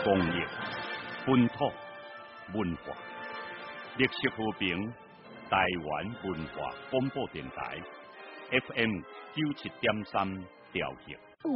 公益、本土文化、历史和平，台湾文化广播电台 FM 97.3调频。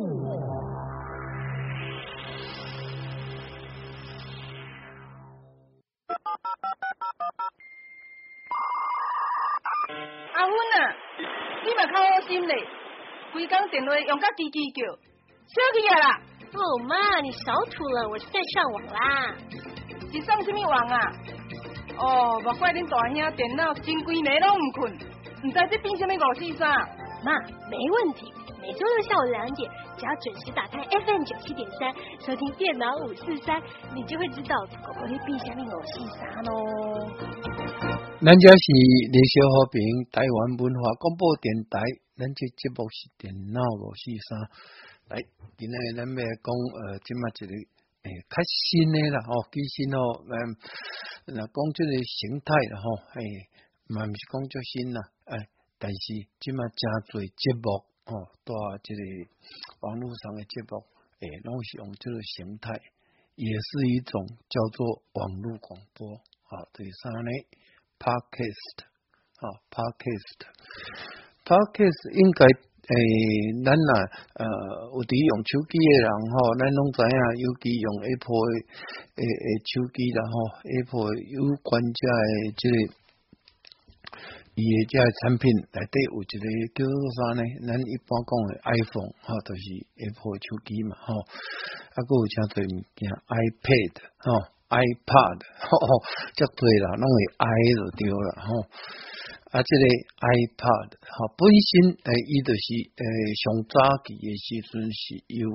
阿芬啊，你嘛较好心嘞，规工电话用甲叽叽叫，小气啊啦！ 哦妈，你少吐了，我是在上网啦。 是上什么网啊？哦，莫怪恁大兄电脑真规暝拢唔困，唔知这变什么543。 妈，没问题，每周六下午2点，只要准时打开 FM 97.3，收听电脑543，你就会知道狗狗在变什么543咯。 咱这是历史和平台湾文化广播电台，咱这节目是电脑543。来，今日咱要讲即马一个较新的啦吼，其实吼若讲即个形态啦吼，嘛毋是讲足新啦，但是即马真侪节目吼，在即个网络上的节目，拢是用这个形态，也是一种叫做网络广播，第三呢 ，podcast， podcast 应该。咱有伫用手机的人吼，咱拢知影，尤其用 Apple 的手机啦吼 ，Apple 有关这的即个伊的这产品内底有一个叫做啥呢？咱一般讲的 iPhone 吼，就是 Apple 手机嘛吼，还有真侪物件 iPad 吼 ，iPad 吼，遮侪啦，拢会 i 就对啦吼。这个 iPad 本身伊就是上早期的时阵是由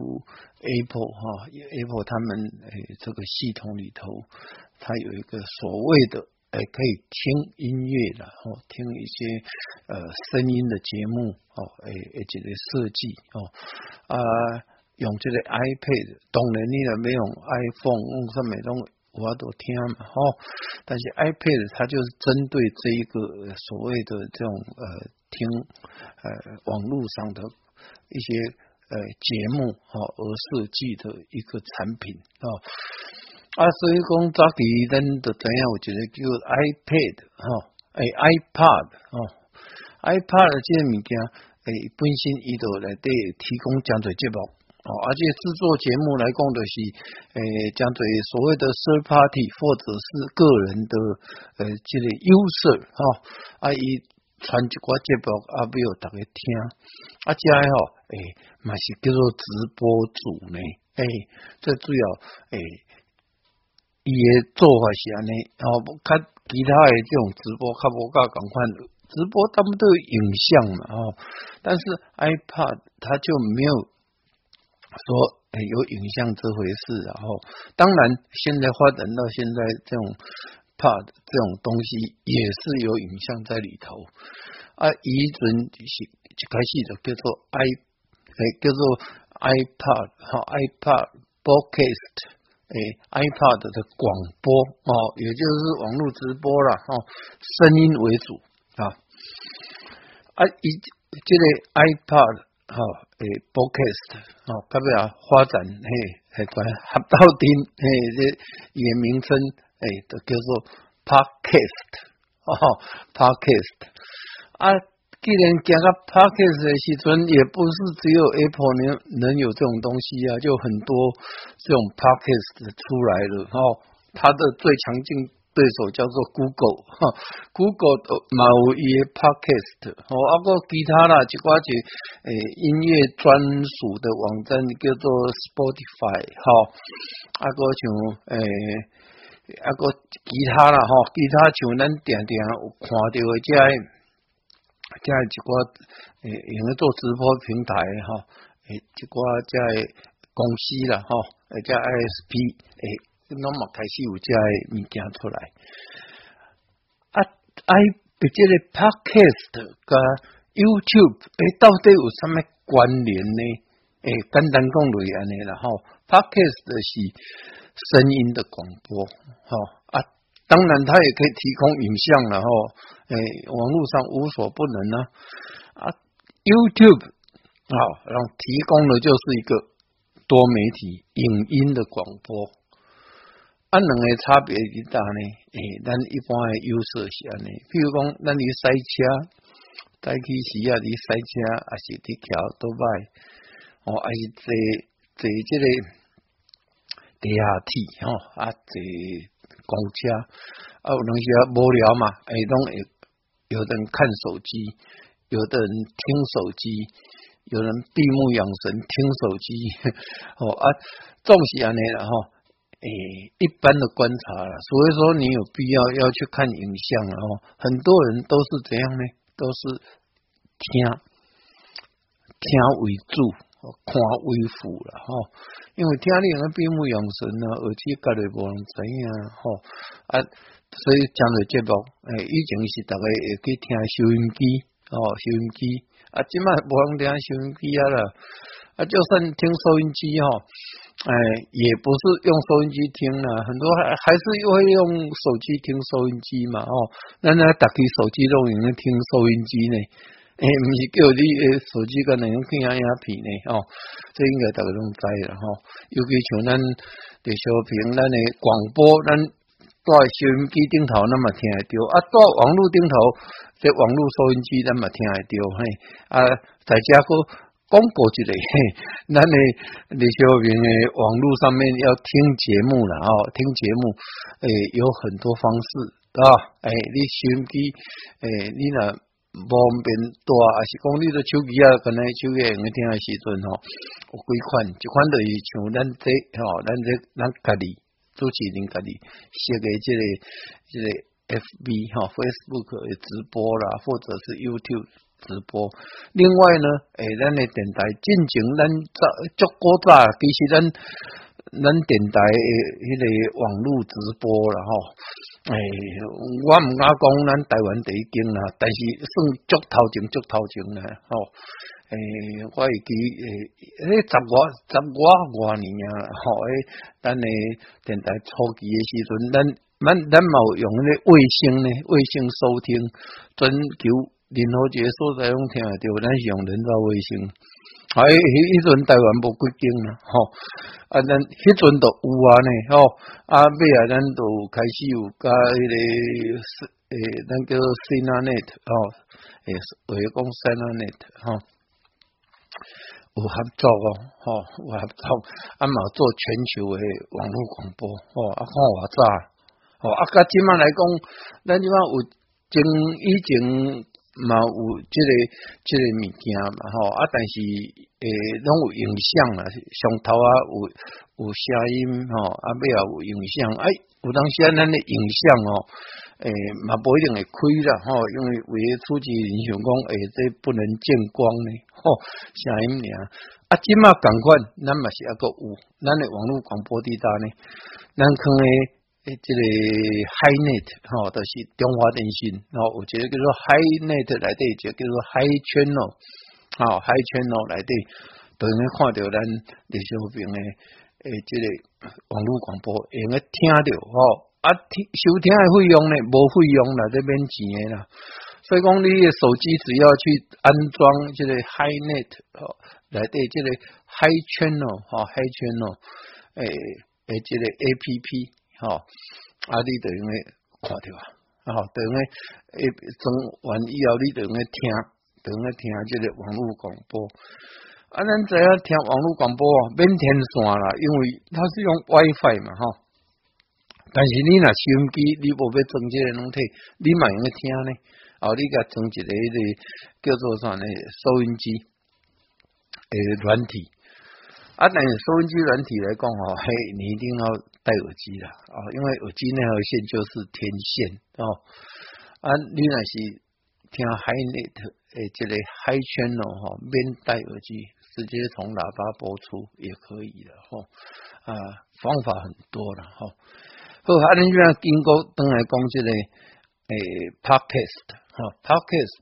Apple 他们这个系统里头，它有一个所谓的可以听音乐啦，听一些声音的节目这个设计用这个 iPad， 当然你若要用 iPhone 用什么拢。我都听嘛但是 iPad 它就是针对这一个所谓的这种听网络上的一些节目而设计的一个产品所以讲早期咱就知影有一个叫 iPad 这个物件本身伊就内底提供真侪节目。而且制作节目来讲就是将对所谓的 third party 或者是个人的这个 user 伊传一寡节目要大家听这嘛是叫做直播主呢最主要伊的做法是安尼较其他的这种直播较无共款直播他们都有影像嘛但是 iPad 它就没有说有影像这回事，然后当然现在发展到现在这种 pad 这种东西也是有影像在里头以前是一开始就叫做iPad podcast iPad 的广播也就是网络直播啦声音为主这个 iPad podcast 到尾发展合到顶这伊的名称就叫做 podcast 既然讲到 podcast 的时阵，也不是只有 Apple 能有这种东西就很多这种 podcast 出来了它的最强劲对手叫做 Google 嘛有伊的 podcast 还有其他啦一寡音乐专属的网站叫做 Spotify 还有像还有其他啦其他像咱定有看到的这一寡用来做直播平台一寡这公司啦这 ISP拢嘛开始有这物件出来这个 podcast 跟 YouTube 到底有什么关联呢？简单讲就是安尼啦podcast 是声音的广播当然它也可以提供影像啦网络上无所不能YouTube 然后提供的就是一个多媒体影音的广播两个差别伫搭呢？咱一般的优势是安尼，譬如讲，咱伫赛车，早起时啊，伫赛车，还是伫桥倒摆，还是坐这个地下铁，坐公车，有当时啊无聊嘛，拢会有的人看手机，有的人听手机，有人闭目养神听手机，总是安尼啦，一般的观察啦，所以说你有必要去看影像很多人都是怎样呢？都是听为主，看为辅啦，因为听你用闭目养神耳机隔咧无人知影，所以讲的节目，以前是大家会去听收音机，即摆无人听收音机啦，就算听收音机也不是用收音机听啦，很多还是会用手机听收音机嘛，咱打开手机都用听收音机呢，不是叫你手机跟能用听影片呢，这应该大家拢知啦，尤其像咱在小平咱的广播，咱在收音机顶头咱嘛听会到，在网络顶头，这网络收音机咱嘛听会到，在家个广告一个，咱的李小平的网络上面要听节目啦，听节目，有很多方式，你收音机，你若无便大，还是讲你的手机跟咱手机用听的时阵有几款，一款就是像咱家己主持人家己设个这个 FB Facebook 的直播啦，或者是 YouTube。直播，另外呢，咱的电台进前咱足古早，其实咱电台迄个网络直播啦我唔敢讲咱台湾第一间啦，但是算足头前啦，我会记十外年啊，咱的电台初期的时阵，咱嘛有用那个卫星收听，全球。任何一个所在拢听得到，咱是用人造卫星。迄阵台湾无几间啦，咱迄阵都有呢，尾咱都开始有甲迄个咱叫 Synanet 或者讲 Synanet 有合作有合作，嘛做全球的网络广播，看偌早，甲即摆来讲，咱即摆有以前。嘛有这个物件嘛但是拢有影像啦，上头有声音尾有影像，有当时咱的影像嘛不一定会开啦因为为初期人想讲这不能见光呢声音尔即马同款，咱嘛是还佫有咱的网络广播地带呢，咱可能这个 HiNet 就是中华电信有一个叫做 HiNet 内底，一个叫做 Hi Channel Hi Channel 内底，就能看到咱李小平的这个网络广播，会用听到收听的费用呢无费用啦，这免钱的啦。所以讲你的手机只要去安装这个 HiNet 内底这个 Hi Channel Hi Channel 这个 APP。你就用来看到就用来装完以后，你就用来听这个网络广播。咱知影听网络广播免天线啦，因为它是用 WiFi 嘛但是你若收音机，你无要装这个软体，你嘛用来听呢。你甲装一个叫做啥呢？收音机软体。但是收音机软体来讲你一定要戴耳机啦因为耳机那条线就是天线你若是听 HiNet 这个 Hi Channel 免戴耳机，直接从喇叭播出也可以的方法很多啦好，咱就经过回来讲这个Podcast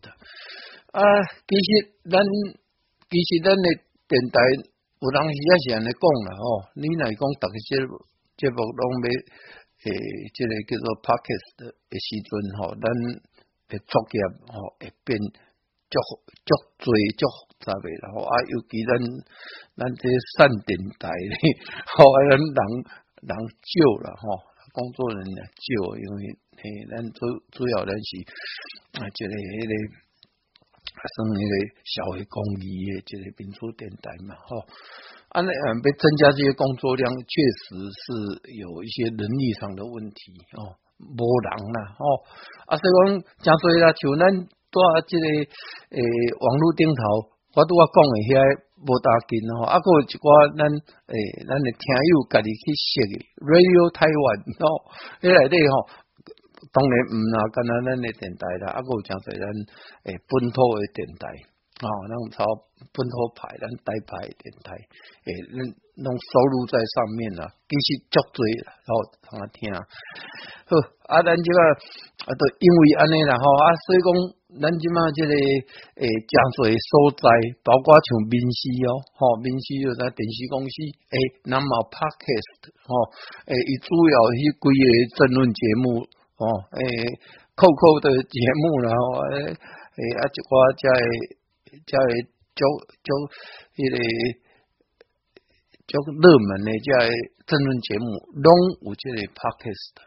其实咱的电台。有当时也是安尼讲啦你若讲逐个节目拢要这个叫做 Podcast 的时阵咱的作业会变足多足复杂的啦尤其咱这散电台咧咱人少啦工作人员少，因为咱主要咱是一个迄个算迄个社会公益的一个民主电台嘛，要增加这些工作量，确实是有一些人力上的问题无人啦所以讲真多啦，像咱在这个网络顶头，我拄讲的遐无大紧还有一寡咱的听友家己去设的 Radio Taiwan 迄内底当然唔啦，干那咱的电台啦，还有真侪咱本土的电台咱有朝本土派，咱台派电台咱拢收录在上面啦，其实足多啦，通听。好咱即个就因为安尼啦所以讲咱即马即个真侪所在，包括像民视民视就在电视公司咱嘛 Podcast 伊主要迄几个政论节目扣的节目啦一寡遮个迄个足热门的遮个政论节目，拢有这个 Podcast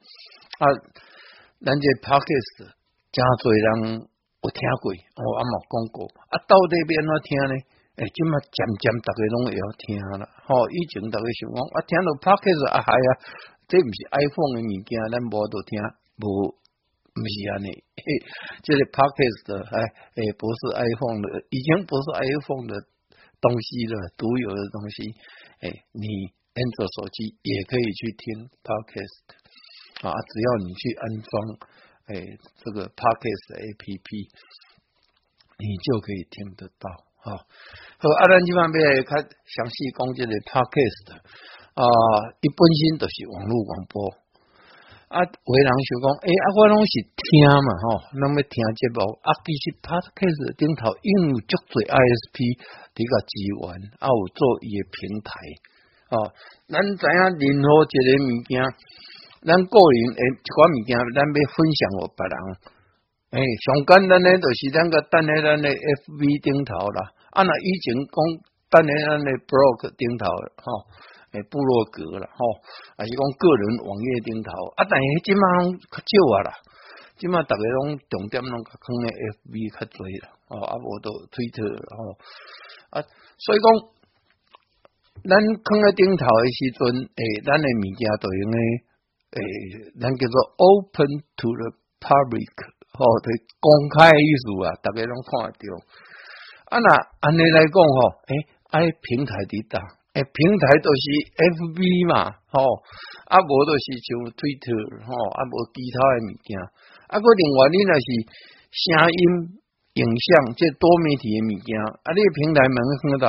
咱这 Podcast 真侪人有听过嘛讲过到底要安怎听呢？即马渐渐大家拢会晓听啦以前大家想讲听到 Podcast 这毋是 iPhone 的物件，咱无得听，不是安尼，这个 Podcast 不是 iPhone 的，已经不是 iPhone 的东西了，独有的东西。你安卓手机也可以去听 Podcast 只要你去安装这个 Podcast APP， 你就可以听得到好，咱即摆要来较详细讲这个 Podcast 伊本身就是网络广播。有的人想讲我拢是听嘛咱要听节目其实 Podcast 顶头因有足多 ISP 伫个支援有做伊的平台咱知影任何一个物件，咱个人一寡物件咱要分享互别人上简单的就是咱个等在咱的 FB 顶头啦若以前讲等在咱的 blog 顶头部落格啦还是讲个人网页顶头但是即马较少啦，即马大家拢重点拢较放在 FB 较多啦无到 Twitter 所以讲咱放在顶头的时阵咱的物件就用咱叫做 open to the public 就公开的意思大家拢看得到若安尼来讲平台伫倒平台就是 FB 嘛无就是像 Twitter 无其他的物件个另外你若是声音影像这多媒体的物件你的平台门放在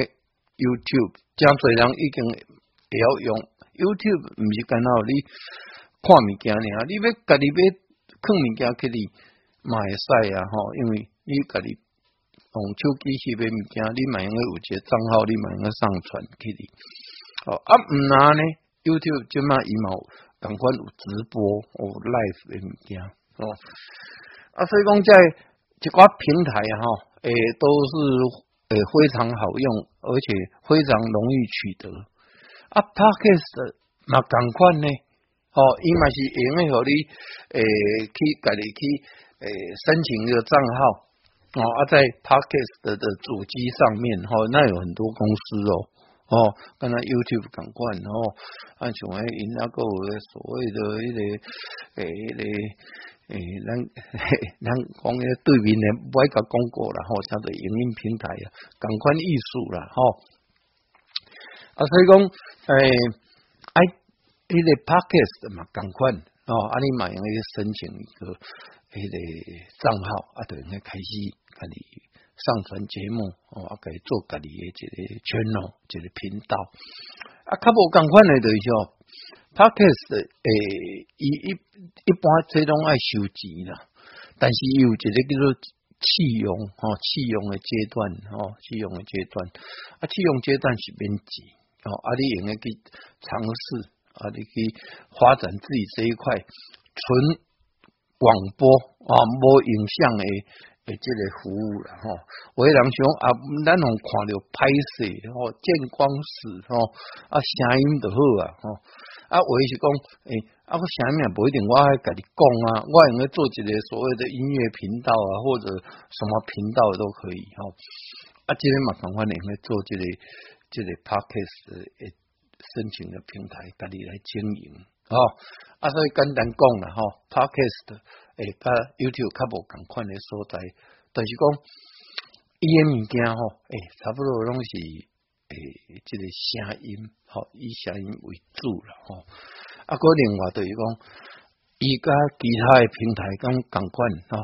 YouTube， 真侪人已经会晓用 YouTube， 毋是干那你看物件尔，你要家己要放物件去你嘛会使因为你家己用手机翕的物件，你嘛用有一个账号，你嘛用上传去你毋然呢 YouTube 即马伊嘛同款有直播有 live 的物件所以讲在一寡平台都是非常好用，而且非常容易取得Podcast 嘛同款呢伊嘛是用的互你去家己去申请一个账号在 Podcast 的主机上面那有很多公司跟那 YouTube 同款像因那个所谓的咱讲对面的不爱甲讲过啦叫做影音平台同款意思啦所以讲迄个 Podcast 嘛同款你嘛用去申请一个迄个账号就用开始家己上传节目家己做家己的一个 channel 一个频道较无同款的就是Podcast 一般这种爱收钱啦，但是有一个叫做试用的阶段试用的阶段试用阶段是免钱你用去尝试你去发展自己这一块纯广播无影像的这个服务啦吼，有的人想啊，咱互看到歹势吼，见光死吼，啊声音就好啊吼，啊有的是讲啊我声音也不一定，我还甲你讲啊，我用来做一个所谓的音乐频道啊，或者什么频道都可以吼，啊这个嘛同款用来做这个 podcast 申请的平台，家己来经营吼，啊所以简单讲啦吼 ，podcast 甲 YouTube 较无共款的所在，但是讲伊个物件吼，差不多拢是这个声音吼，以声音为主啦吼。啊，个另外就是讲，伊甲其他的平台咁共款吼，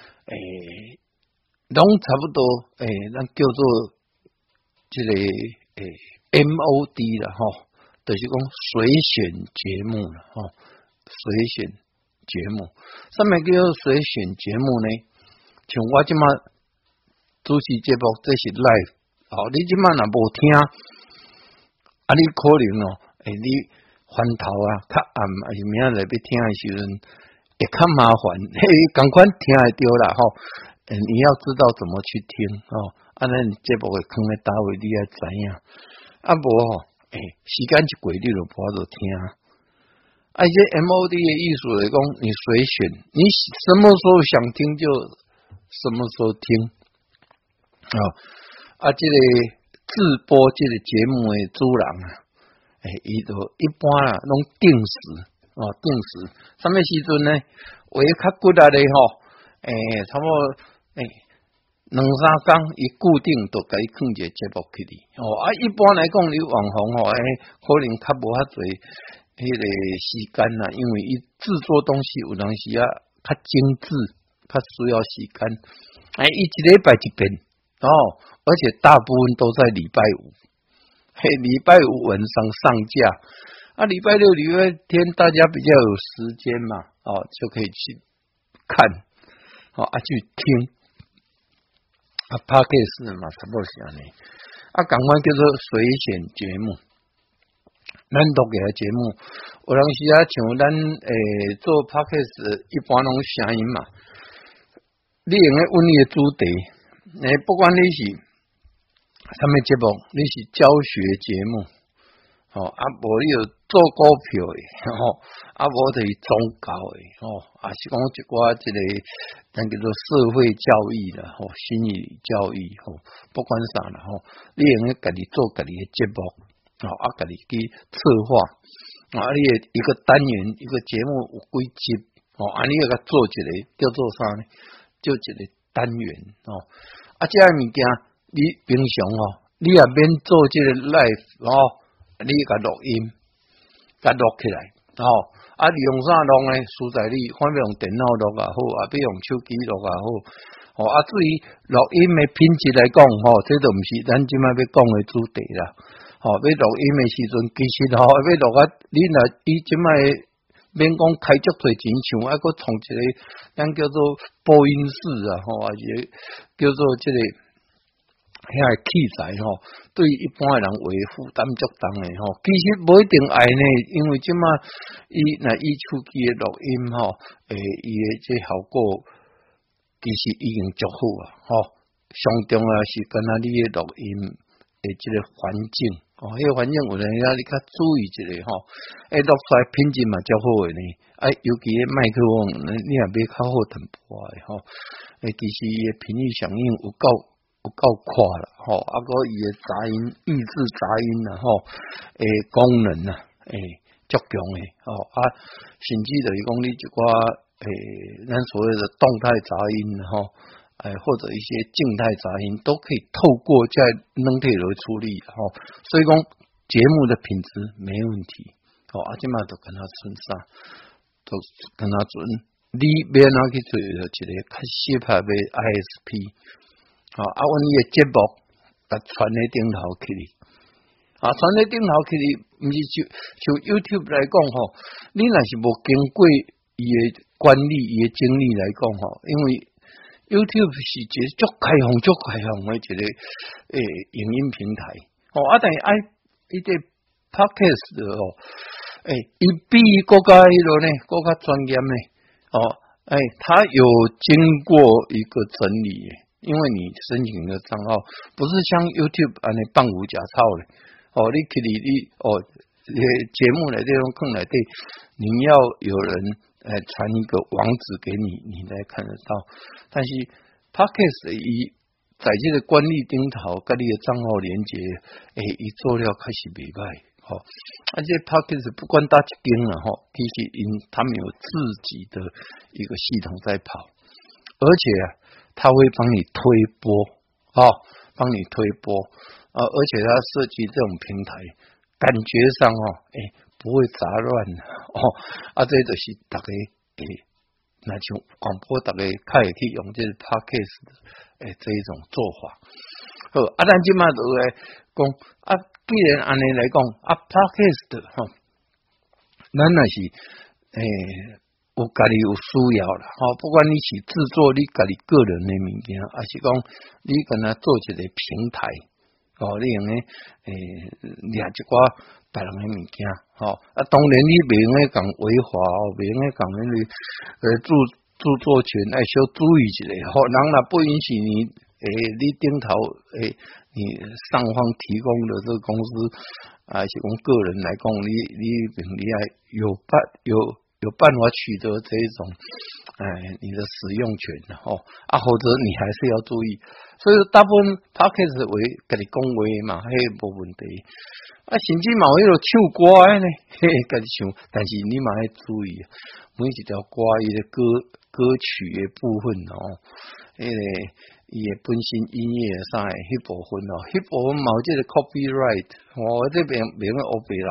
拢差不多咱叫做这个MOD 啦吼，就是讲随选节目啦吼，随选。节目，什么叫随选节目呢？像我即马主持节目，这是 live， 你即马若无听，啊，你可能你翻头啊，较暗，还是明仔来要听的时阵，会较麻烦，赶快听会到啦吼。你要知道怎么去听咱节目会放在单位，你要知影。啊无时间一过，你就无法度听。这 MOD 的意思来讲，你随选，你什么时候想听就什么时候听这个直播这个节目的主人伊就一般啦，拢定时定时，什么时阵呢？话较骨力咧吼，差不多2-3天，伊固定都甲伊放一个节目去哩一般来讲，你网红可能较无遐侪。迄个时间啦，因为伊制作东西有当时啊较精致，较需要时间。伊一礼拜一遍而且大部分都在礼拜五，礼拜五晚上上架。礼拜六、礼拜天大家比较有时间嘛，就可以去看，去听。Podcast 嘛，差不多是安尼。赶快叫做随选节目。咱录个节目，有当时像咱做 podcast 一般拢声音嘛，你用来问你的主题，不管你是什么节目，你是教学节目，无你有做股票的，无就是宗教的，是讲一寡这个咱叫做社会教育啦，心理教育，不管啥啦，你用来家己做家己的节目。家己去策划你一个单元一个节目有几集你要甲做一个叫做啥呢？就一个单元这个物件你平常你也免做这个 live 你甲录音甲录起来你用啥录呢？实在你看要用电脑录也好，要用手机录也好至于录音的品质来讲这都毋是咱即摆要讲的主题啦。要录音的时阵，其实要录你若伊即摆免讲开足侪钱像，还佫创一个咱叫做播音室啊，还是叫做这个遐器材对一般的人为负担足重的其实无一定爱呢，因为即摆伊手机的录音伊的这效果其实已经足好啊上重要是干那你的录音的这个环境。迄个环境有人你较注意一下录出来品质嘛较好诶呢。尤其麦克风，你也买较好淡薄诶其实伊诶频率响应有够快啦个伊诶杂音抑制杂音啦功能啊足强诶甚至就是讲你一寡咱所谓的动态杂音或者一些静态杂音都可以透过在软体来处理所以讲节目的品质没问题即马都跟他存啥，都跟他存你要哪去做一个较适合的 ISP 阮伊的节目甲传在顶头去哩传在顶头去哩，毋是像 YouTube 来讲你若是无经过伊的管理伊的经理来讲因为YouTube 是一个足开放的一个影音平台但是伊个 Podcast 伊比国家迄落呢，国家专业呢它有经过一个整理，因为你申请的账号不是像 YouTube 安尼放无假钞嘞，你去节目来这种坑来对，你要有人传一个网址给你，你才看得到。但是 Podcast 在这个管理顶头跟你的账号连接，伊做了开始袂歹，这 Podcast 不管打一间了其实他们有自己的一个系统在跑，而且他会帮你推播，帮你推播，而且他设计这种平台，感觉上不会杂乱这就是大家那像广播大家较会去用这个 Podcast 这一种做法。好，咱即马就来讲既然安尼来讲Podcast 咱若是有家己有需要啦，不管你是制作你家己个人的物件，还是讲你跟他做一个平台，你用掠一寡别人的物件，当然你袂用讲违法，袂用讲著作权要小注意一下，人若不允许你你顶头你上方提供的这个公司还是讲个人来讲，你要有办法取得这一种你的使用权或者你还是要注意。所以大部分 Podcast 为跟你讲话嘛，没问题。甚至嘛有唱歌呢，跟你唱，但是你嘛要注意，每一条歌伊的歌曲的部分伊的本身音乐上的迄部分迄部分嘛有这个 copyright， 这边袂用黑白来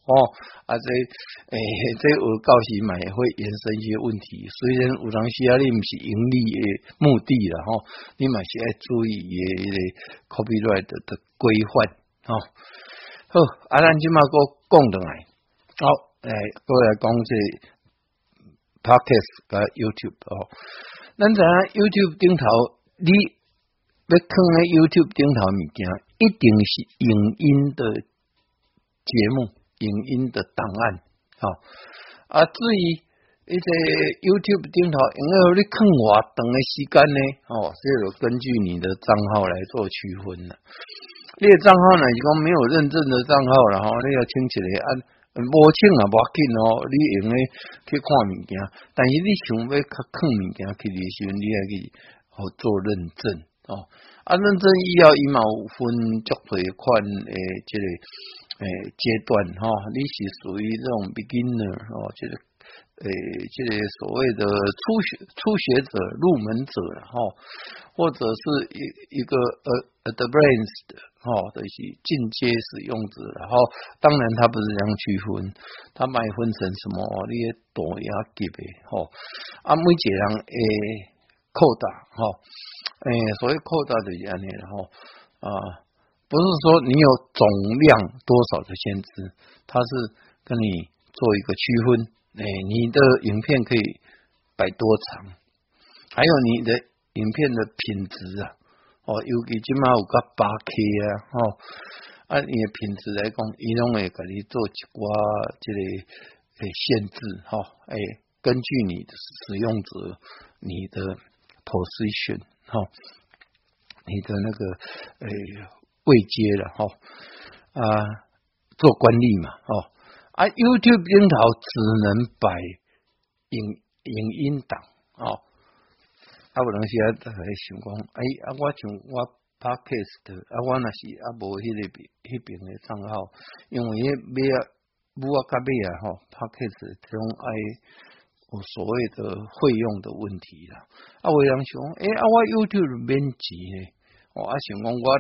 这有到时嘛会延伸一些问题。虽然有当时你不是盈利的目的啦你嘛是要注意伊的 copyright 的规范好，咱即马个讲倒来，过来讲这 Podcast 甲 YouTube咱知影 YouTube 顶头，你要放在 YouTube 顶头物件，一定是影音的节目、影音的档案至于这 YouTube 顶头，因为你放偌长的时间呢这就根据你的账号来做区分了。你的账号呢是讲没有认证的账号啦你要清起来无清也无要紧你用来去看物件，但是你想要放物件去的时候，你要去做认证认证以后伊嘛有分足多款这个阶段你是属于这种 beginner 这个所谓的初学者、入门者或者是一个advanced就是进阶使用者当然它不是这样区分，它把分成什么你的大牙级的每一个人扣打所谓扣打就是这样不是说你有总量多少的限制，它是跟你做一个区分你的影片可以摆多长，还有你的影片的品质尤其现在有到 8K 你的品质来讲，伊拢会给你做一寡这个限制根据你的使用者你的 position 你的那个位阶了做管理嘛YouTube 顶头只能摆影音档有当时在想讲我像我 Podcast 我若是无迄边的账号，因为尾甲尾Podcast 这种有所谓的费用的问题啦有人想我 YouTube 免钱呢想讲我就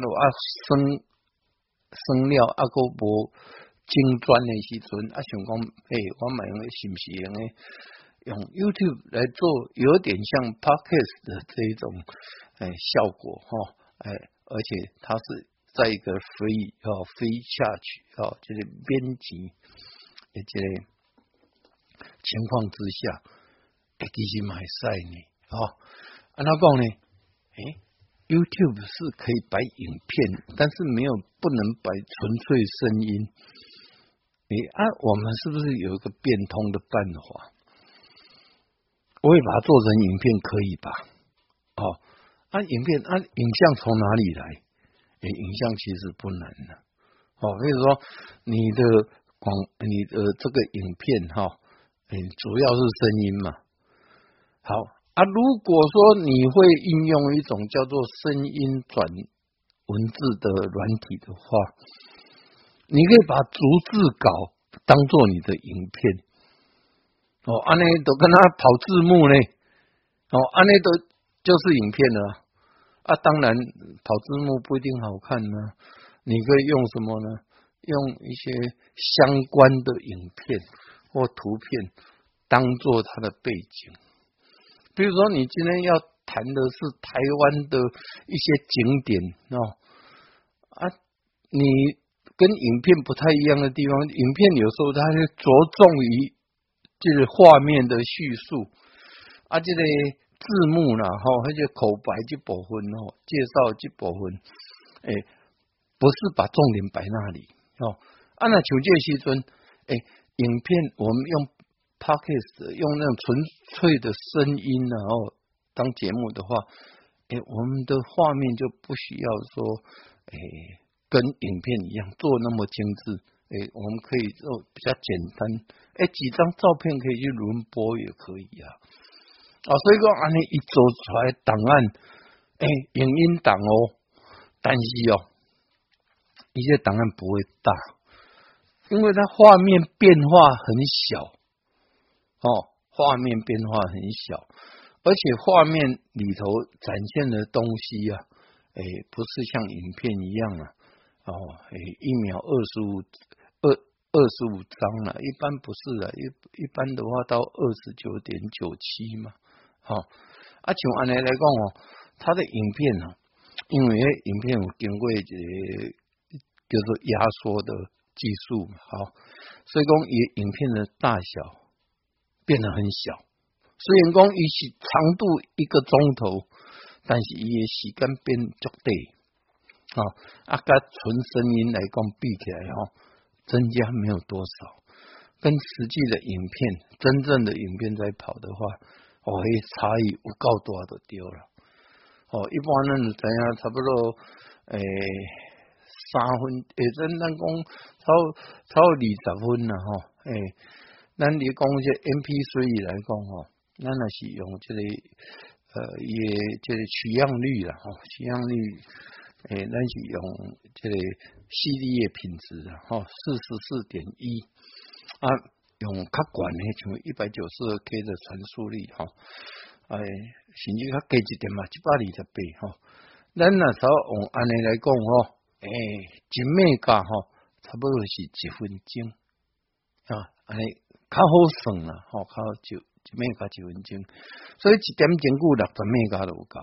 算了还佫无精专的时阵想讲我嘛用是不是用 YouTube 来做有点像 Podcast 的这一种效果而且它是在一个 free charge 就是编辑的这个情况之下其实嘛会使呢怎讲呢YouTube 是可以摆影片，但是不能摆纯粹声音我们是不是有一个变通的办法我会把它做成影片，可以吧？影片影像从哪里来？影像其实不难的。比如说你的这个影片主要是声音嘛。好如果说你会应用一种叫做声音转文字的软体的话，你可以把逐字稿当做你的影片。安尼都跟他跑字幕呢。安尼都就是影片了。当然跑字幕不一定好看呢。你可以用什么呢？用一些相关的影片或图片当做它的背景。比如说你今天要谈的是台湾的一些景点你跟影片不太一样的地方，影片有时候它是着重于这个画面的叙述这个字幕啦那些口白这部分介绍这部分不是把重点摆那里那像这时阵影片我们用 Podcast 用那种纯粹的声音当节目的话我们的画面就不需要说跟影片一样做那么精致我们可以做比较简单几张照片可以去轮播也可以所以说你一做出来档案影音档但是一些档案不会大，因为它画面变化很小画面变化很小，而且画面里头展现的东西不是像影片一样1秒25张了，一般不是的，一般的话到29.97嘛。像安尼来讲它的影片因为影片有经过一个叫做压缩的技术所以讲影片的大小变得很小。虽然讲伊是长度1个钟头，但是伊的时间变足短跟纯声音来讲比起来增加没有多少，跟实际的影片真正的影片在跑的话差异有够大就对了一般咱就知影差不多3分咱讲超20分啦咱你讲这 MP3 来讲咱也是用这个也这个取样率啦取样率咱是用这个 CD 的品质44.1用较悬的像 192K 的传输率甚至较低一点嘛128咱那时候用安尼来讲1 Mega 差不多是1分钟安尼较好算啦较1 Mega 1分钟，所以1点钟久60 Mega 就有够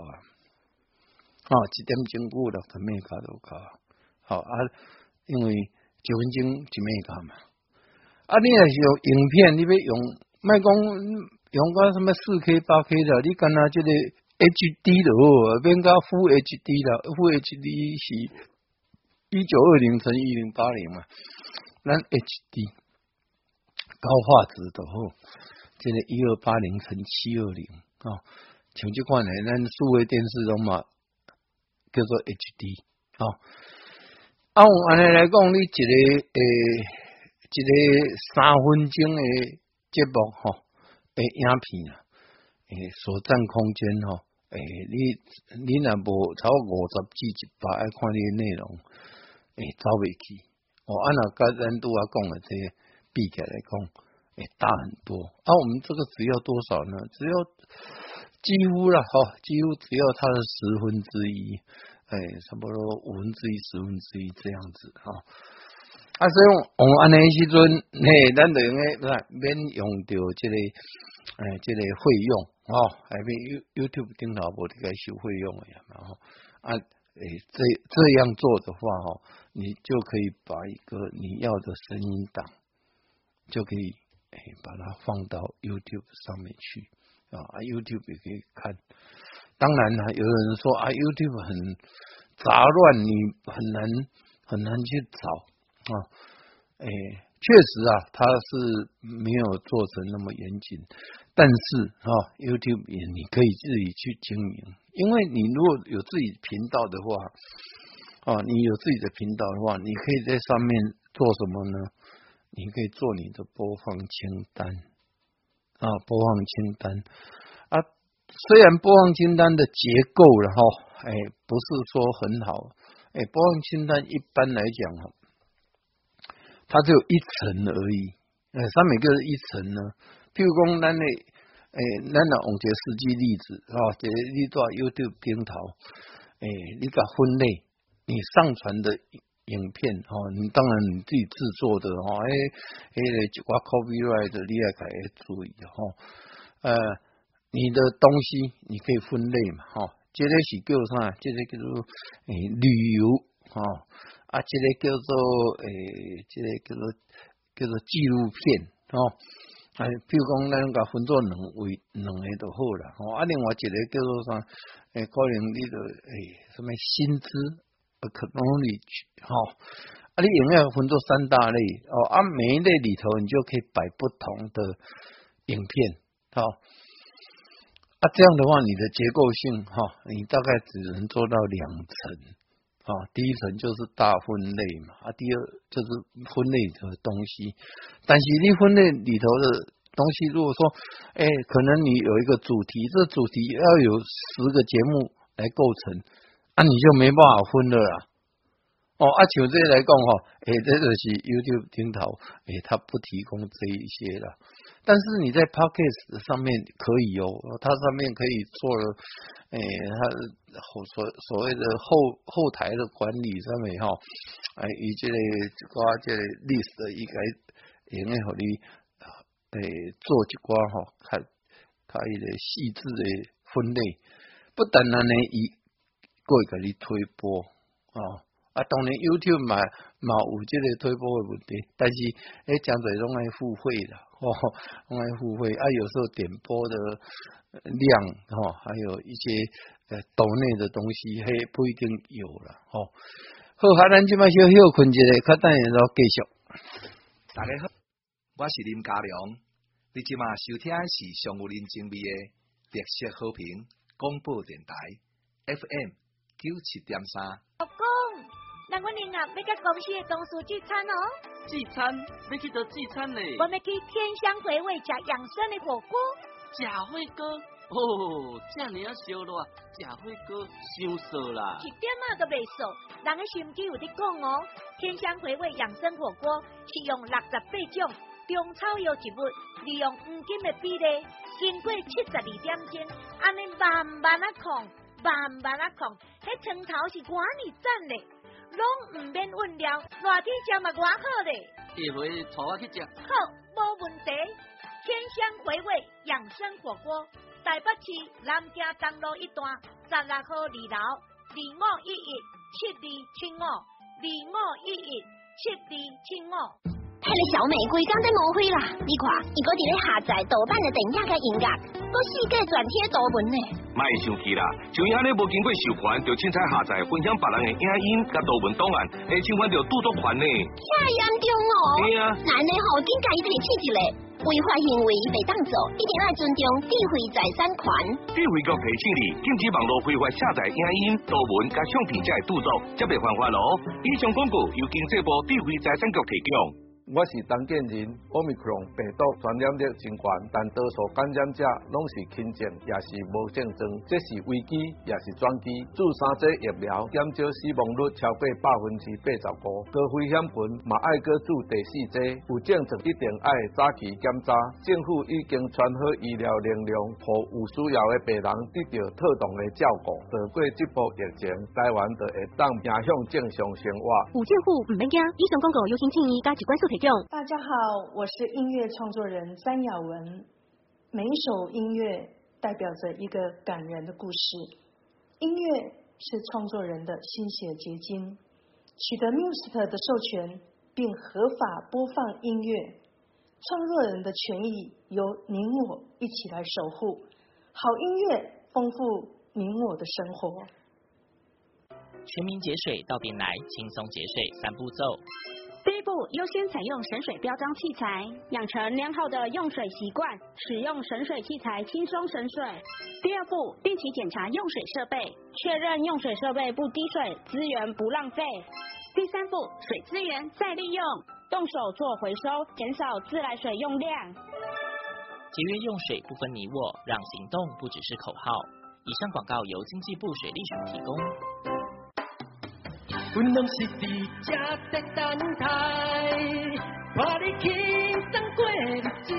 1点钟久60 Mega 就有够因为1分钟1 Mega 嘛你若是用影片，你要用莫讲用到什么 4K 8K 的，你干那这个 HD 就好，免到 Full HD 啦 ，Full HD 是1920乘1080嘛，咱 HD 高画质就好，这个1280乘720像这款的咱数位电视中嘛叫做 HD 用安尼来讲，你一个3分钟的节目影片所占空间你若无超50至100爱看你的内容走袂去若跟咱拄仔讲的这个比起来讲大很多我们这个只要多少呢？只要几乎啦几乎只要它的1/10差不多1/5 1/10这样子所以用安尼时阵咱就用免用到这个这个费用YouTube 顶头无得该收费用的这样做的话你就可以把一个你要的声音档就可以把它放到 YouTube 上面去YouTube 也可以看。当然有人说YouTube 很杂乱，你很难去找确实啊，它是没有做成那么严谨，但是YouTube 你可以自己去经营，因为你如果有自己频道的话，你有自己的频道的话，你可以在上面做什么呢？你可以做你的播放清单播放清单啊。虽然播放清单的结构不是说很好，播放清单一般来讲它只有一层而已，上面就是一层呢。譬如讲，咱用一个实际例子这个你在 YouTube 顶头，你把分类，你上传的影片你当然你自己制作的一寡 copyright 你也该注意你的东西你可以分类嘛这个是叫啥？这个叫做旅游这个叫做这个叫做纪录片比如讲咱甲分做两个就好啦另外一个叫做啥？可能你的什么薪资knowledge你应该分做三大类每一类里头你就可以摆不同的影片这样的话你的结构性你大概只能做到2层第一层就是大分类嘛第二就是分类的东西，但是你分类里头的东西如果说可能你有一个主题，这主题要有10个节目来构成你就没办法分了啦像这来讲这就是 YouTube 顶头它不提供这一些啦，但是你在 Podcast 上面可以它上面可以做了它所谓的后台的管理上面以这个 list 应该用来给你做一寡较一个细致的分类，不但呢伊还会给你推播当然 YouTube 嘛有这个推播的问题，但是讲者拢爱付费的拢爱付费有时候点播的量还有一些岛内的东西不一定有了好，咱现在小困一下，较等下继续。 大家好，我是林家良，你现在收听的是上有人情味的特色好评广播电台 FM 97.3。 老公，那我明仔要甲公司的同事聚餐聚餐？要去倒聚餐呢？ 我们去天香回味吃养生的火锅。 吃火锅？这尔啊烧热，吃火锅伤涩啦。 一点都袂涩，人的心机有伫讲天香回味养生火锅是用68种中草药植物，利用黄金的比例，经过72点钟，安尼慢慢啊控，迄汤头是偌尼赞嘞，拢唔免温料，热天食嘛偌好嘞。 下回带我去食。 好，无问题。天香回味养生火锅，台北市南京东路1段16號2樓2511-7275，2511-7275。 迄个小美规刚在误会啦！你看，伊搁伫咧下载盗版的电影甲音乐，搁世界转贴图文呢。 莫生气啦，像伊安尼无经过授权，就凊彩下载分享别人的影音甲图文档案，会侵犯到著作权呢。 遐严重对啊， 难的紧甲伊提起一个，违法行为被当作，一定要尊重智慧财产权。 智慧局提醒你，禁止网络非法下载影音、图文甲相片才会著作，则袂犯法咯。以上广告由经济部智慧财产局提供。 我是陈建仁，Omicron 病毒传染力真悬，但多数感染者拢是轻症，也是无症状，这是危机，也是转机。注3剂疫苗，减少死亡率超过85%，高危险群嘛爱搁注第4剂，有症状一定爱早期检查。政府已经传好医疗能量，予有需要的病人得到妥当的照顾。度过这波疫情，台湾就会当走向正常生活。 有政府唔免惊，以上广告由新庆医加疾管署提供。 大家好，我是音乐创作人詹雅文。每一首音乐代表着一个感人的故事，音乐是创作人的心血结晶。取得 Music 的授权并合法播放音乐，创作人的权益由您我一起来守护。好音乐丰富您我的生活。 全民节水到边来，轻松节水3步骤。 第一步，优先采用省水标章器材，养成良好的用水习惯，使用省水器材轻松省水。第二步，定期检查用水设备，确认用水设备不滴水，资源不浪费。第三步，水资源再利用，动手做回收，减少自来水用量。 节约用水不分你我，让行动不只是口号。以上广告由经济部水利署提供。 阮拢是伫这在等待，看你轻松过日子，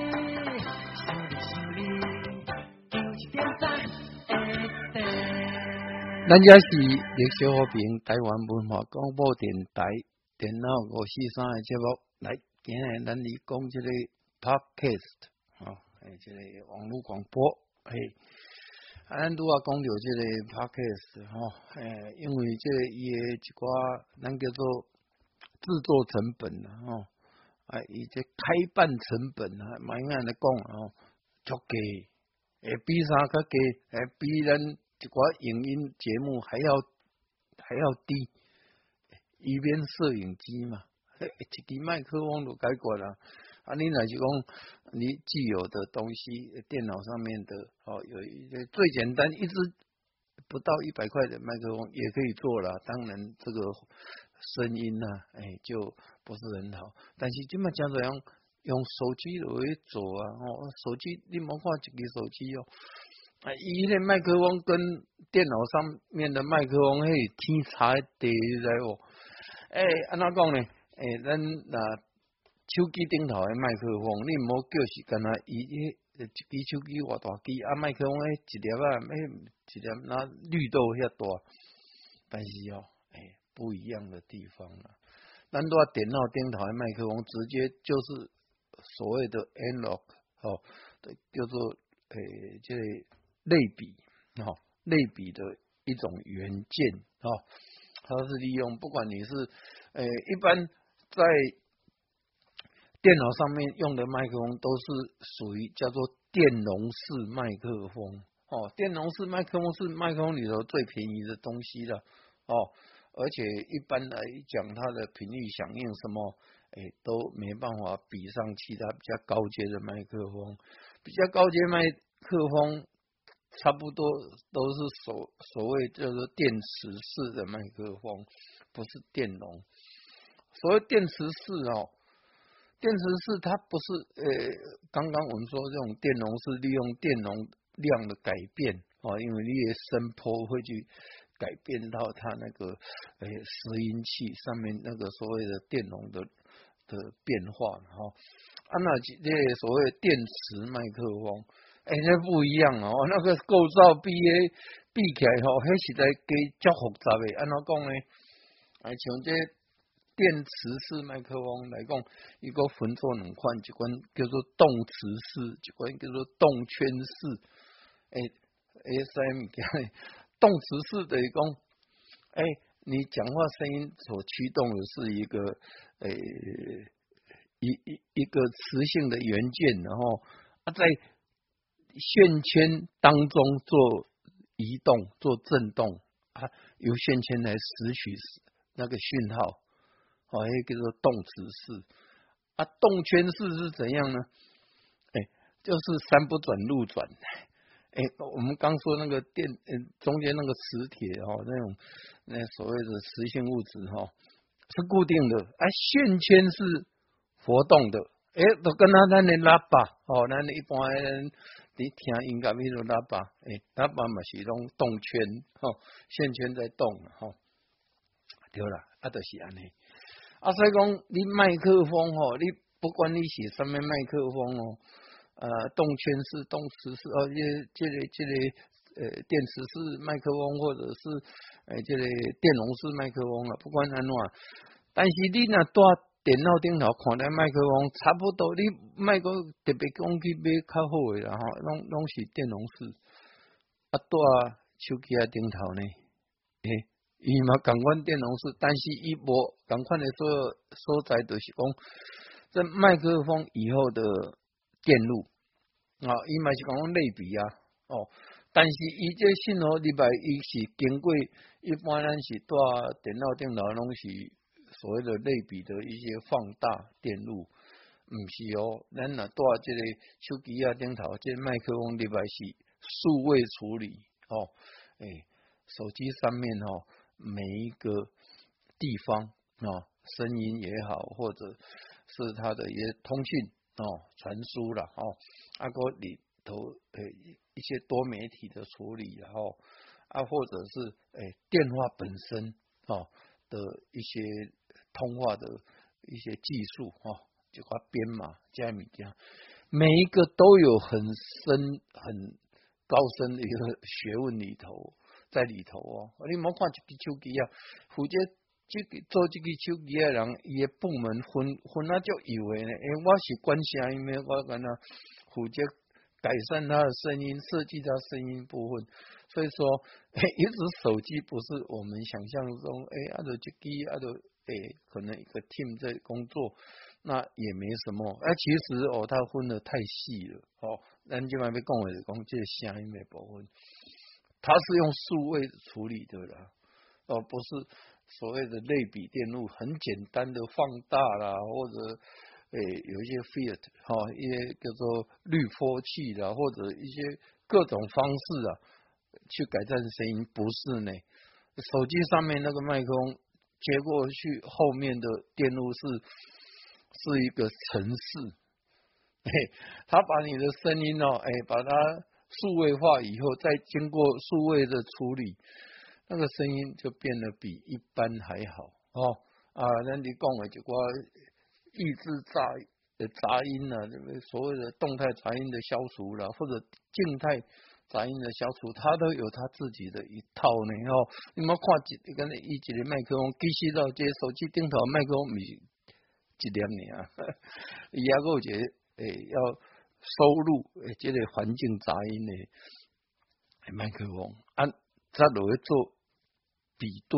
想你，91.3 咱这是历史和平台湾文化广播电台电脑543的节目。来，今日咱嚟讲这个 podcast， 这个网络广播，咱拄啊讲到这个 podcast， 因为这个伊的一寡咱叫做制作成本伊这开办成本蛮应该来讲足低，比啥较低，比咱一寡影音节目还要低，伊免摄影机嘛，一支麦克风就解决啦。你若是讲你既有的东西，电脑上面的有一些最简单，一支不到100块的麦克风也可以做啦。当然这个声音就不是很好，但是现在真多人用手机来做手机你莫看一个手机伊那麦克风跟电脑上面的麦克风天差地在安怎讲呢？咱手机顶头的麦克风，你唔好叫是干那伊一支手机偌大机麦克风一粒那绿豆遐大，但是不一样的地方啦。咱都电脑顶头的麦克风，直接就是所谓的 analog 叫做这个类比类比的一种元件它是利用不管你是一般在电脑上面用的麦克风都是属于叫做电容式麦克风电容式麦克风是麦克风里头最便宜的东西了而且一般来讲它的频率响应什么都没办法比上其他比较高阶的麦克风。比较高阶麦克风差不多都是所谓叫做电磁式的麦克风，不是电容。所谓电磁式电磁式它不是刚刚我们说这种电容是利用电容量的改变因为你的声波会去改变到它那个拾音器上面那个所谓的电容的变化那这所谓的电磁麦克风那不一样那个构造比起来迄实在加复杂的。安怎讲呢？像这电磁式麦克风来讲，伊个分做两款，一款叫做动磁式，一款叫做动圈式。动磁式的讲，你讲话声音所驱动的是一个一个磁性的元件，然后在线圈当中做移动、做震动由线圈来拾取那个讯号，叫做动磁式。动圈式是怎样呢？就是山不转路转。我们刚说那个中间那个磁铁那所谓的磁性物质是固定的，线圈是活动的，就跟咱的喇叭咱一般人你听音乐那种喇叭，喇叭嘛是种动圈线圈在动对啦，就是安尼所以讲你麦克风你不管你是什么麦克风动圈式、动磁式这个电磁式麦克风，或者是这个电容式麦克风不管安怎，但是你若带电脑顶头看那麦克风，差不多你麦克特别讲去买较好的啦拢是电容式。带手机顶头呢，伊嘛同款电容式，但是伊无同款的所在，就是讲这麦克风以后的电路伊嘛是讲类比但是伊这信号入来，伊是经过一般咱是带电脑顶头拢是所谓的类比的一些放大电路，唔是哦，咱若带这个手机啊顶头，这个麦克风入来是数位处理哦，手机上面哦每一个地方哦，声音也好，或者是它的一些通讯哦传输啦哦，个里头一些多媒体的处理，然后或者是电话本身哦的一些通话的一些技术哦，就把编码加密加，每一个都有很深很高深的一个学问里头在里头哦。你莫看一支手机啊，负责做这个手机的人，伊的部门分啊足有的呢。我是管声音的，我跟他负责改善他的声音，设计他声音部分。所以说，一只手机不是我们想象中，就这个可能一个 team 在工作，那也没什么。其实它分得太细了哦。咱今晚要讲的是讲这个声音的部分，它是用数位处理的啦，不是所谓的类比电路，很简单的放大啦，或者有一些 filter 一些叫做滤波器啦，或者一些各种方式啊，去改善声音，不是呢。手机上面那个麦克风接过去，后面的电路是一个程式，它把你的声音把它数位化以后，再经过数位的处理，那个声音就变得比一般还好那你讲的就抑制杂音啊，所谓的动态杂音的消除啦，或者静态杂音的消除，它都有它自己的一套呢你们看一个麦克风，其实这手机顶头麦克风不是一点尔，伊还有一个要收录这个环境杂音的麦克风，再落去做比对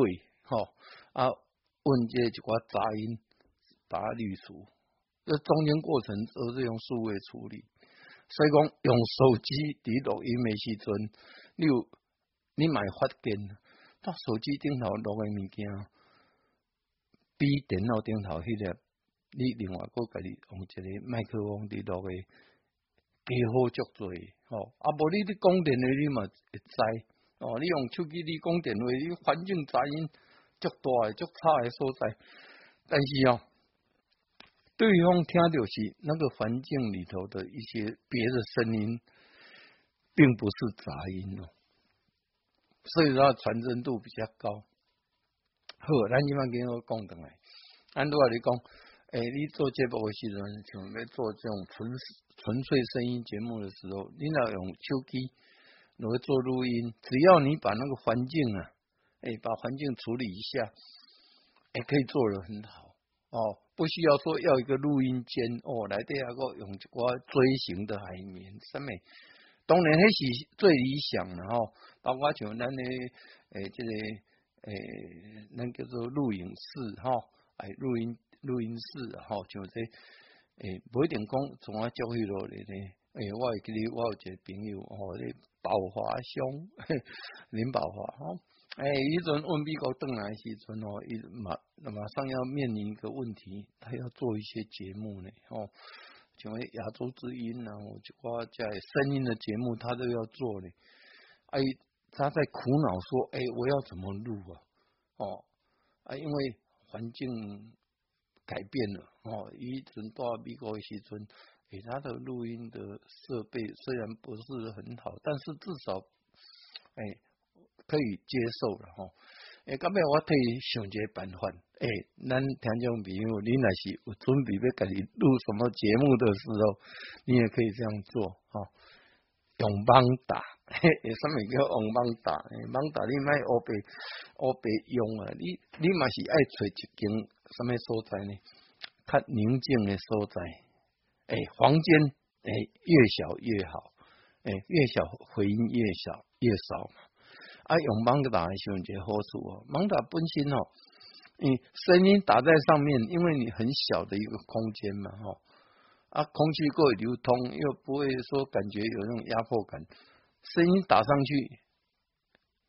问这一寡杂音，把它滤除。这中间过程都是用数位处理，所以讲用手机伫录音的时阵，你买发电，到手机顶头录的物件，比电脑顶头迄个，你另外个家己用一个麦克风伫录的，加好足多无你讲电话你嘛会知你用手机你讲电话，你环境杂音足大的、足差的所在，但是对方听到是那个环境里头的一些别的声音，并不是杂音所以它传真度比较高。好，咱今晚跟我讲回来，按照你讲，你做节目的时候，像要做这种纯粹声音节目的时候，你要用手机来做录音，只要你把那个环境把环境处理一下，可以做得很好不需要说要一个录音间来底下个用一寡锥形的海绵什么，当然那是最理想的包括像咱的这个咱叫做录影室录音室像这不一定讲从我教许落来呢。我会记得我有一个朋友宝华兄林宝华以前问美国回来的时阵马上要面临一个问题，他要做一些节目呢像亚洲之音啊，我在声音的节目他都要做呢。他在苦恼说我要怎么录因为环境改变了以前到美国的时阵他的录音的设备虽然不是很好，但是至少可以接受了到尾我替想一个办法咱听众朋友，你若是有准备要家己录什么节目的时候，你也可以这样做用网打什么叫用网打网打你莫黑白用你嘛是爱找一间什么所在呢，较宁静的所在房间越小越好越小回音越小越少嘛用网打的时候有一个好处网打本身声音打在上面，因为你很小的一个空间嘛空气够流通，又不会说感觉有那种压迫感，声音打上去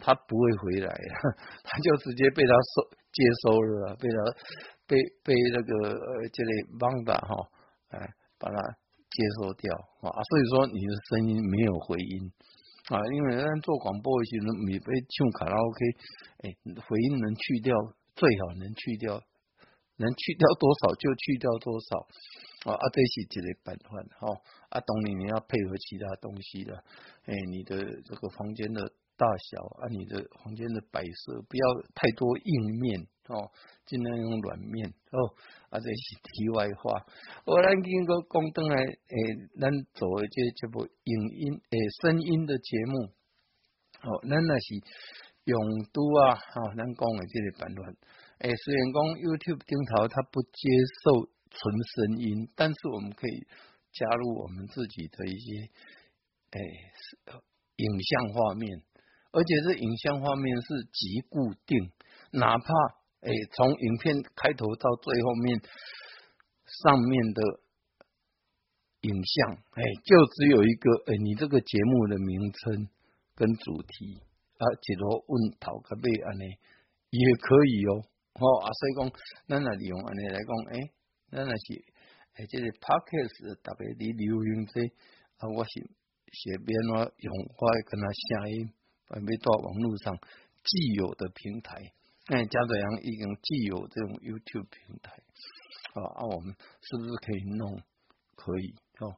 他不会回来，他就直接被他接收了，被那个这类邦达哈，把它接收掉啊，所以说你的声音没有回音啊，因为咱做广播的时候，你被唱卡拉 OK， 回音能去掉，最好能去掉。能去掉多少就去掉多少啊！这是一个办法啊！当然你要配合其他东西的，你的这个房间的大小啊，你的房间的摆设不要太多硬面尽量用软面啊！这是题外话。咱经过讲转来，咱做的这部影音声音的节目，咱那是用拄啊，咱讲的这个办法。虽然讲 YouTube 顶头它不接受纯声音，但是我们可以加入我们自己的一些影像画面，而且这影像画面是极固定，哪怕从影片开头到最后面上面的影像就只有一个你这个节目的名称跟主题啊，一路问头到尾安尼也可以所以讲，咱若利用安尼来讲，咱若是这个 podcast 大家伫流行这我是免我用我跟他声音，要到网络上既有的平台，加这样已经既有这种 YouTube 平台我们是不是可以弄？可以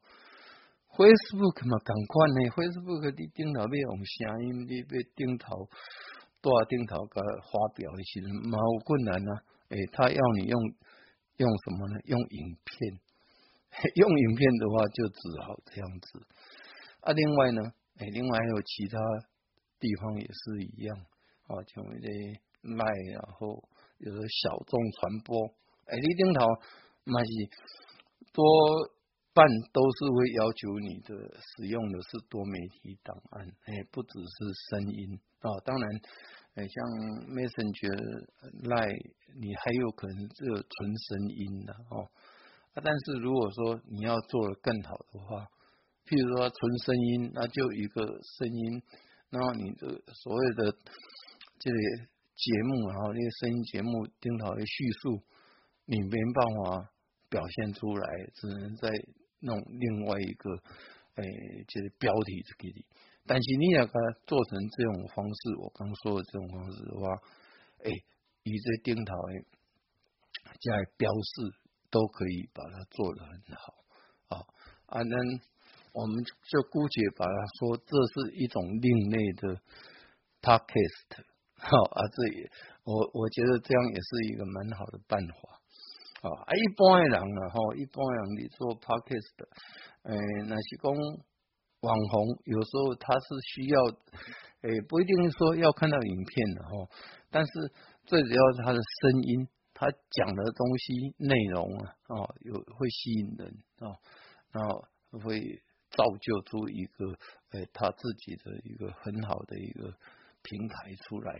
Facebook 嘛，同款呢 ，Facebook 你顶头要用声音，你要顶头。大顶头个发表的时候蛮有困难啊，他要你用什么呢？用影片，用影片的话就只好这样子啊。另外呢，另外还有其他地方也是一样像那个赖，然后有的小众传播，你顶头嘛是多半都是会要求你的使用的是多媒体档案，不只是声音当然，像 Messenger Line 你还有可能只有纯声音的但是如果说你要做得更好的话，譬如说纯声音，那就一个声音，然后你的所谓的这个节目，然后那些声音节目顶头的叙述，你没办法表现出来，只能在弄另外一个这个标题给你。但是你要给它做成这种方式，我刚说的这种方式的话，以这顶头的加标示都可以把它做得很好那我们就姑且把它说这是一种另类的 podcast 这也我觉得这样也是一个蛮好的办法一般的人一般人你做 podcast 那是讲网红有时候他是需要不一定说要看到影片的但是最主要是他的声音，他讲的东西内容会吸引人然后会造就出一个他自己的一个很好的一个平台出来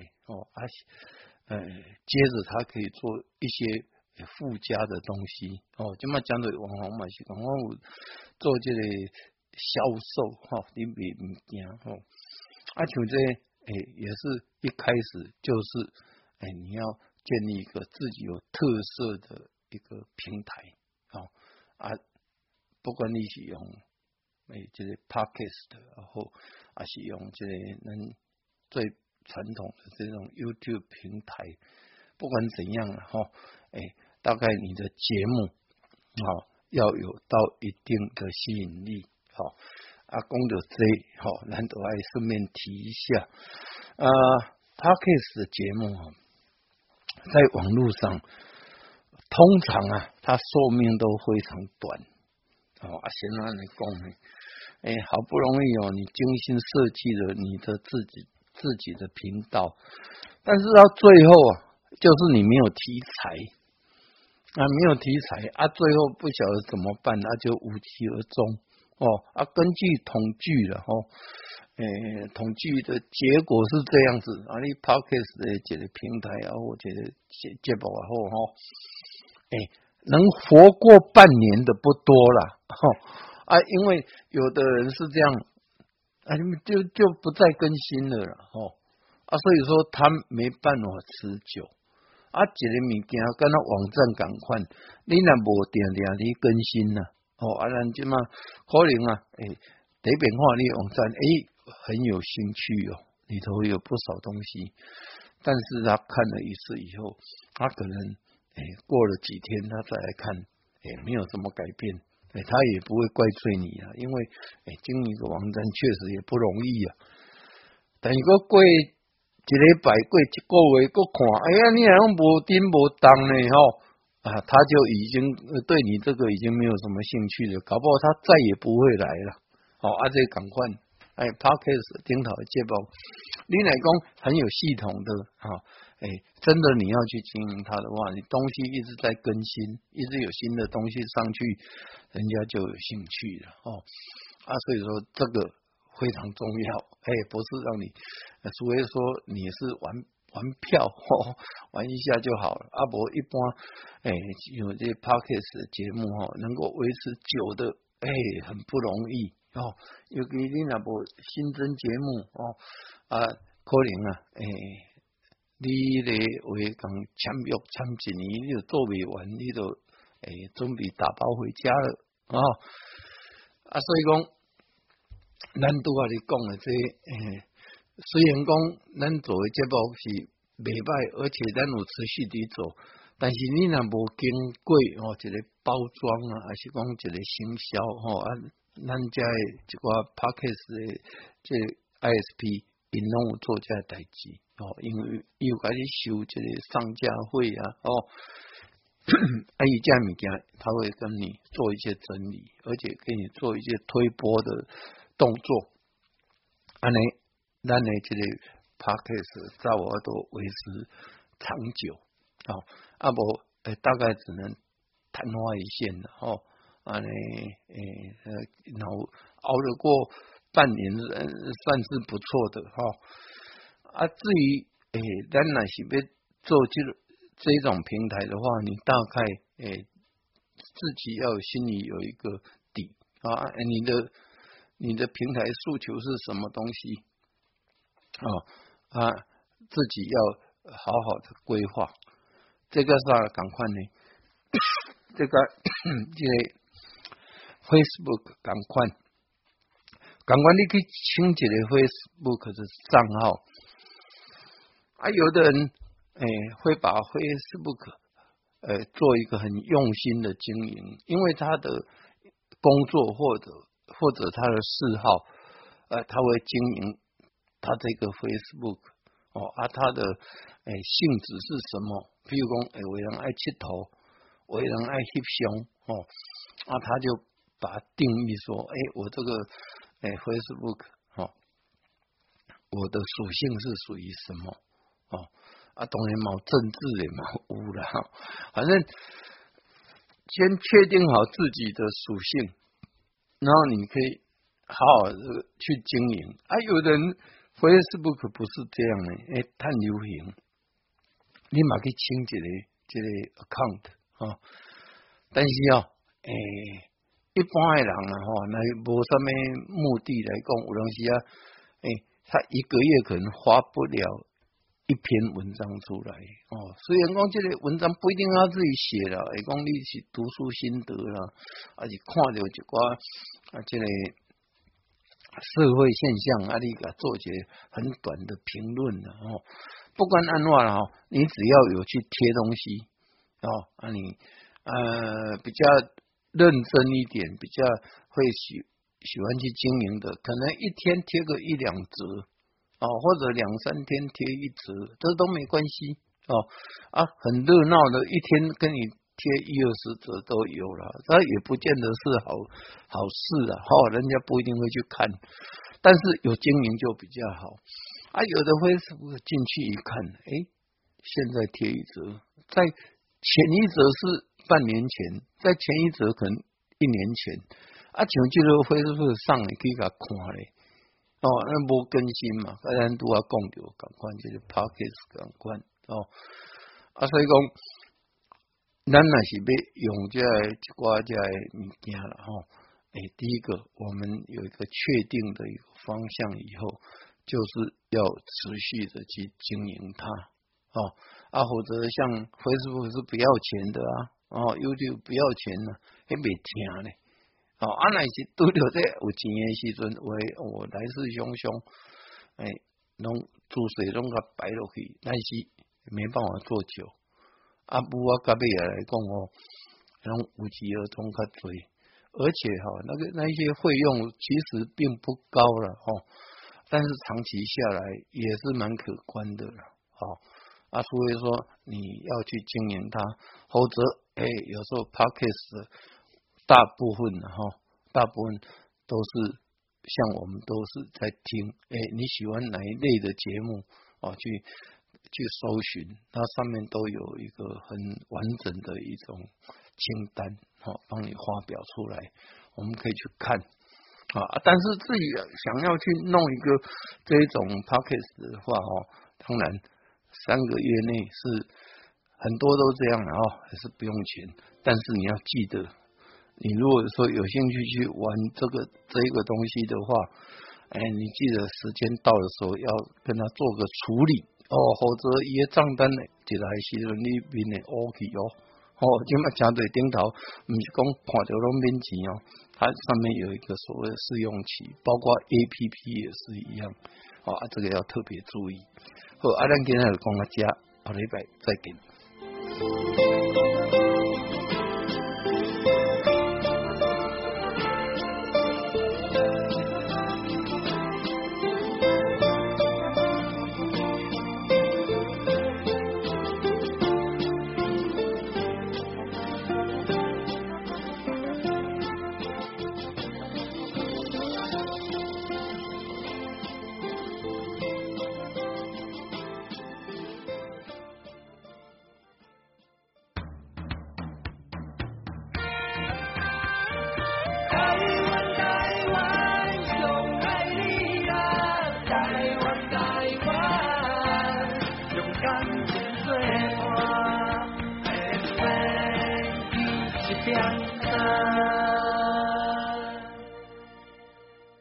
接着他可以做一些附加的东西这么讲的网红嘛是讲我做这个销售你卖物件像这也是一开始就是你要建立一个自己有特色的一个平台不管你是用这个 podcast 然后是用这个最传统的这种 YouTube 平台，不管怎样大概你的节目要有到一定的吸引力讲到这咱都要顺便提一下podcast 的节目在网络上通常它寿命都非常短先让你讲好不容易你精心设计了你的自己的频道，但是到最后就是你没有题材没有题材最后不晓得怎么办就无疾而终根据统计了统计的结果是这样子你 podcast 的这个平台或者节目后能活过半年的不多了因为有的人是这样就不再更新了所以说它没办法持久。一个物件敢若网站同款，你若无定定你更新咱即嘛可能第一遍看你网站很有兴趣里头有不少东西，但是他看了一次以后，他可能过了几天他再来看，没有什么改变，他也不会怪罪你因为经营一个网站确实也不容易但如果过一礼拜过一个月，搁看，你好像无叮无当呢他就已经对你这个已经没有什么兴趣了，搞不好他再也不会来了。这赶快，Podcast 顶头的节目，你来讲很有系统的真的你要去经营它的话，你东西一直在更新，一直有新的东西上去，人家就有兴趣了所以说这个非常重要，不是让你，除非说你是玩票玩一下就好了，不一般有这 Podcast 的节目能够维持久的很不容易尤其你若无新增节目可能你咧话讲签约签一年你就做未完，你就准备打包回家了所以讲咱拄仔你讲的这虽然讲咱做的节目是袂歹，而且咱有持续地做，但是你若无经过一个包装还是讲一个行销咱这一个 Podcast 的这 ISP 因拢有做这代志因为伊有甲你收这个上架费伊这物件他会跟你做一些整理，而且给你做一些推播的动作，安尼咱的这个 Podcast 在我都维持长久无大概只能昙花一现了安尼然后熬得过半年算是不错的至于咱若是要做这种平台的话，你大概自己要心里有一个底你的平台诉求是什么东西自己要好好的规划。这个啥赶快呢？这个Facebook 赶快你去请一个 Facebook 的账号有的人会把 Facebook 做一个很用心的经营，因为他的工作或者他的嗜好他会经营他这个 Facebook 他的性质是什么？比如讲有人爱佚佗，有人爱翕相他就把它定义说我这个Facebook 我的属性是属于什么当然冇政治也冇有啦反正先确定好自己的属性，然后你可以好好的去经营有的人 Facebook 不是这样的太流行，你嘛去清一个 account 但是一般的人那无什么目的来讲，有当时他一个月可能发不了一篇文章出来虽然讲这个文章不一定要自己写啦，会讲你是读书心得啦，还是看到一寡这个社会现象你给做一个很短的评论不管安怎啦你只要有去贴东西你比较认真一点，比较会喜欢去经营的，可能一天贴个一两则或者两三天贴一则，这都没关系很热闹的，一天跟你贴1-20则都有了，这也不见得是好事啊人家不一定会去看，但是有经营就比较好有的Facebook进去一看现在贴一则，在前一则是半年前，在前一则可能1年前像这个 Facebook 上你可以给他看咧那没更新嘛，咱都要讲到赶快就是 Podcast 赶快所以讲咱若是要用这一寡这物件啦第一个我们有一个确定的一个方向以后， 就是要持续的去经营它或者像 Facebook 是不要钱的YouTube 不要钱呢，还没听呢那是拄着这有钱的时阵，我来势汹汹，拢注水拢甲摆落去，但是没办法做久。不过到尾来讲拢有疾而终较多，而且那些费用其实并不高了但是长期下来也是蛮可观的了所以说你要去经营它，或者有时候 Podcast 大部分都是像我们都是在听你喜欢哪一类的节目去搜寻，它上面都有一个很完整的一种清单帮你发表出来，我们可以去看但是自己想要去弄一个这种 podcast 的话当然3个月内是很多都这样还是不用钱，但是你要记得，你如果说有兴趣去玩这个东西的话你记得时间到的时候要跟他做个处理或者伊的账单一来时阵你面会乌去现在真多顶头不是讲看到拢免钱它上面有一个所谓的试用期，包括 APP 也是一样这个要特别注意。好咱今天就讲到这，下礼拜再见。 两个